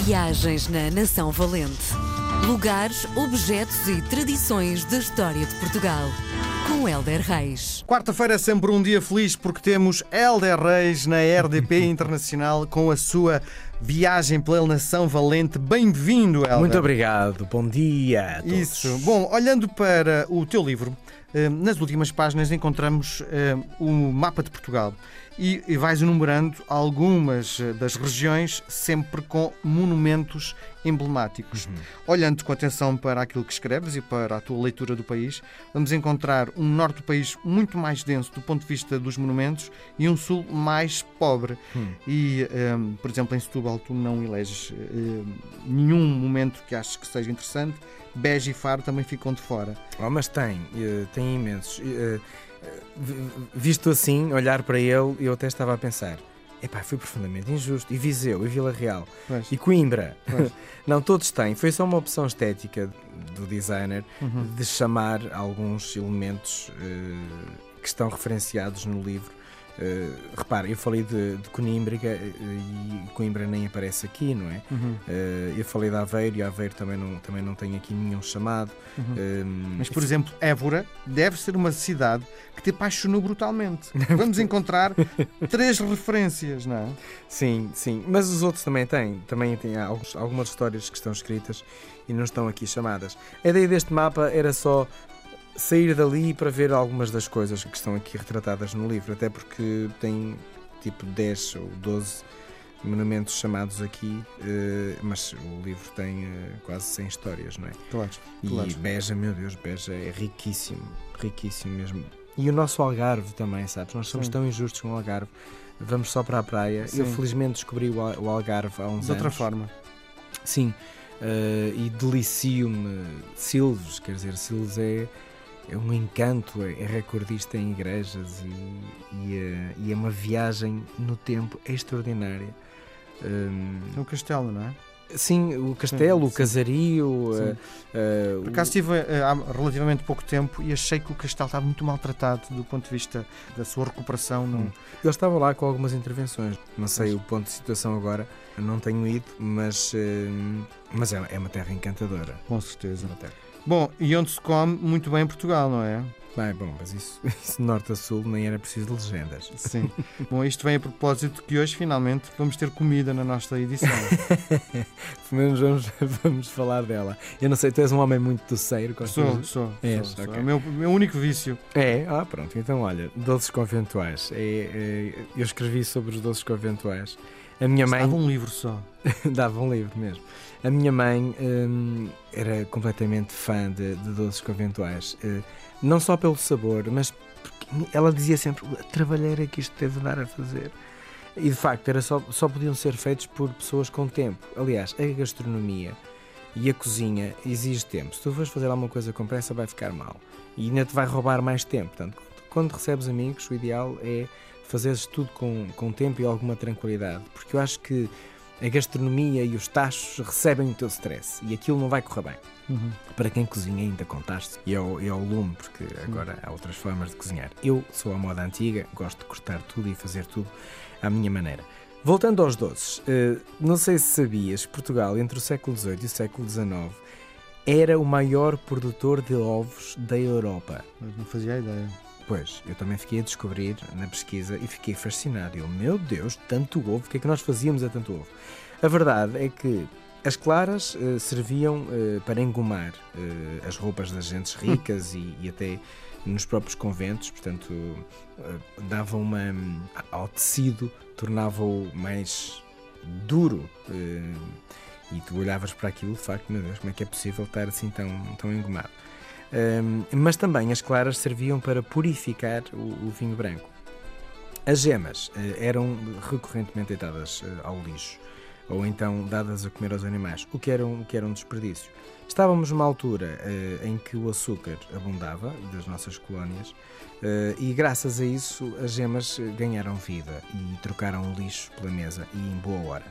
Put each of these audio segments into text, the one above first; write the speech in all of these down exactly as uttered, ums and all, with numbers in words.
Viagens na Nação Valente. Lugares, objetos e tradições da história de Portugal. Com Hélder Reis. Quarta-feira é sempre um dia feliz porque temos Hélder Reis na R D P Internacional com a sua viagem pela Nação Valente. Bem-vindo, Hélder. Muito obrigado. Bom dia a todos. Isso. Bom, olhando para o teu livro, nas últimas páginas encontramos o mapa de Portugal e vais enumerando algumas das regiões, sempre com monumentos emblemáticos. Uhum. Olhando com atenção para aquilo que escreves e para a tua leitura do país, vamos encontrar um norte do país muito mais denso do ponto de vista dos monumentos e um sul mais pobre. Uhum. E, um, por exemplo, em Setúbal tu não eleges um, nenhum momento que aches que seja interessante. Beja e Faro também ficam de fora. Oh, mas tem, tem imensos. Visto assim, olhar para ele, eu até estava a pensar: epá, foi profundamente injusto. E Viseu, e Vila Real, pois. E Coimbra. Pois. Não, todos têm. Foi só uma opção estética do designer, uhum. de chamar alguns elementos uh, que estão referenciados no livro. Uh, repara, eu falei de, de Coimbra uh, e Coimbra nem aparece aqui, não é? Uhum. Uh, eu falei de Aveiro e Aveiro também não, também não tem aqui nenhum chamado. Uhum. Uh, Mas, por exemplo, Évora deve ser uma cidade que te apaixonou brutalmente. Vamos encontrar três referências, não é? Sim, sim. Mas os outros também têm. Também têm alguns, algumas histórias que estão escritas e não estão aqui chamadas. A ideia deste mapa era só sair dali para ver algumas das coisas que estão aqui retratadas no livro, até porque tem tipo dez ou doze monumentos chamados aqui, mas o livro tem quase cem histórias, não é? Claro, e claro. Beja, meu Deus, Beja é riquíssimo, riquíssimo mesmo. E o nosso Algarve também, sabes? Nós somos Sim. tão injustos com o Algarve, vamos só para a praia. Sim. Eu felizmente descobri o Algarve há uns de anos. De outra forma. Sim, uh, e delicio-me. Silves, quer dizer, Silves é É um encanto, é recordista em igrejas e, e, é, e é uma viagem no tempo extraordinária. Um... É um castelo, não é? Sim, o castelo, sim, o casario. Uh, uh, Por acaso estive uh, há relativamente pouco tempo e achei que o castelo estava muito maltratado do ponto de vista da sua recuperação. No... Ele estava lá com algumas intervenções. Não sei o ponto de situação agora, não tenho ido, mas, uh, mas é, é uma terra encantadora. Com certeza. Uma terra. Bom, e onde se come muito bem em Portugal, não é? Bem, bom, mas isso, isso de norte a sul nem era preciso de legendas. Sim. Bom, isto vem a propósito que hoje finalmente vamos ter comida na nossa edição. Pelo menos vamos, vamos falar dela. Eu não sei, tu és um homem muito doceiro. Sou, de... sou. És, sou, okay. sou. É o meu, meu único vício. É? Ah, pronto. Então, olha, doces conventuais. É, é, eu escrevi sobre os doces conventuais. A minha mãe... Dava um livro só. Dava um livro mesmo. A minha mãe hum, era completamente fã de, de doces conventuais. Uh, não só pelo sabor, mas porque ela dizia sempre a trabalheira que isto deve dar a fazer. E de facto, era só, só podiam ser feitos por pessoas com tempo. Aliás, a gastronomia e a cozinha exige tempo. Se tu fores fazer alguma coisa com pressa, vai ficar mal. E ainda te vai roubar mais tempo. Portanto, quando recebes amigos, o ideal é fazeres tudo com, com tempo e alguma tranquilidade. Porque eu acho que a gastronomia e os tachos recebem o teu stress e aquilo não vai correr bem. Uhum. Para quem cozinha ainda contaste e ao, e ao lume, porque agora há outras formas de cozinhar. Eu sou à moda antiga, gosto de cortar tudo e fazer tudo à minha maneira. Voltando aos doces, uh, não sei se sabias, Portugal entre o século dezoito e o século dezanove era o maior produtor de ovos da Europa. Mas não fazia ideia. Pois, eu também fiquei a descobrir na pesquisa e fiquei fascinado. Eu, meu Deus, tanto ovo, o que é que nós fazíamos a tanto ovo? A verdade é que as claras uh, serviam uh, para engomar uh, as roupas das gentes ricas e, e até nos próprios conventos, portanto, uh, davam uma, ao tecido, tornava-o mais duro. Uh, e tu olhavas para aquilo, de facto, meu Deus, como é que é possível estar assim tão, tão engomado? Um, mas também as claras serviam para purificar o, o vinho branco. As gemas uh, eram recorrentemente deitadas uh, ao lixo ou então dadas a comer aos animais, o que era um, o que era um desperdício. Estávamos numa altura uh, em que o açúcar abundava das nossas colónias uh, e graças a isso as gemas ganharam vida e trocaram o lixo pela mesa e em boa hora.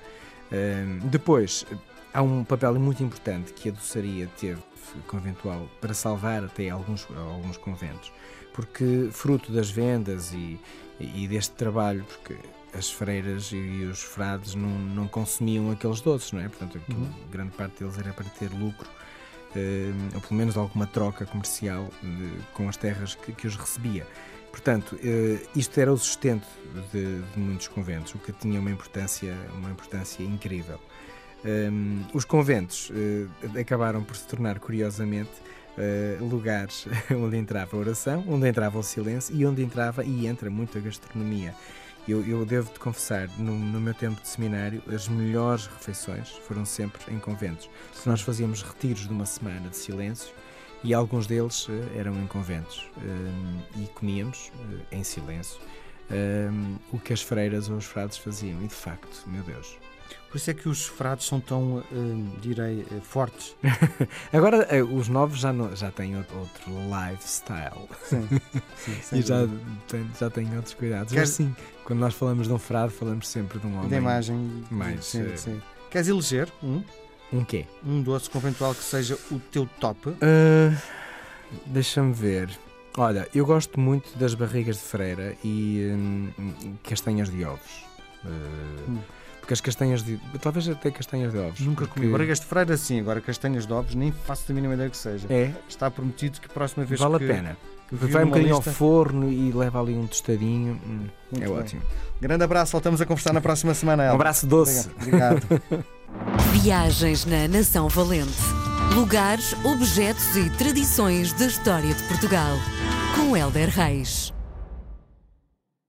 Uh, depois há um papel muito importante que a doçaria teve conventual para salvar até alguns, alguns conventos, porque fruto das vendas e, e deste trabalho, porque as freiras e os frades não, não consumiam aqueles doces, não é? Portanto, aquilo, Uhum. grande parte deles era para ter lucro, eh, ou pelo menos alguma troca comercial de, com as terras que, que os recebia. Portanto, eh, isto era o sustento de, de muitos conventos, o que tinha uma importância, uma importância incrível. Um, os conventos uh, acabaram por se tornar, curiosamente, uh, lugares onde entrava a oração, onde entrava o silêncio e onde entrava e entra muito a gastronomia. Eu, eu devo-te confessar, no, no meu tempo de seminário, as melhores refeições foram sempre em conventos. Nós fazíamos retiros de uma semana de silêncio e alguns deles uh, eram em conventos um, e comíamos uh, em silêncio um, o que as freiras ou os frades faziam e, de facto, meu Deus. Por isso é que os frades são tão, hum, direi, eh, fortes. Agora, eh, os novos já, não, já têm outro, outro lifestyle. Sim, sim, sem E já dúvida. têm, já têm outros cuidados. Queres- Mas sim, quando nós falamos de um frade, falamos sempre de um homem. Da imagem. mais, Sim, eh, sim. Queres eleger um, Um quê? um doce conventual que seja o teu top? Ah, deixa-me ver. Olha, eu gosto muito das barrigas de freira e hum, castanhas de ovos. Ah, Hum. Porque as castanhas de... Talvez até castanhas de ovos. Nunca porque- comi. Barrigas de freira, sim. Agora castanhas de ovos, nem faço a mínima ideia que seja. É, Está prometido que a próxima vez vale que, a pena. que vir Vai um numa bocadinho lista- ao forno e leva ali um tostadinho. Hum, Muito é bem. ótimo. Grande abraço, voltamos a conversar na próxima semana. Um Elba. abraço doce. Obrigado. Obrigado. Viagens na Nação Valente. Lugares, objetos e tradições da história de Portugal. Com Hélder Reis.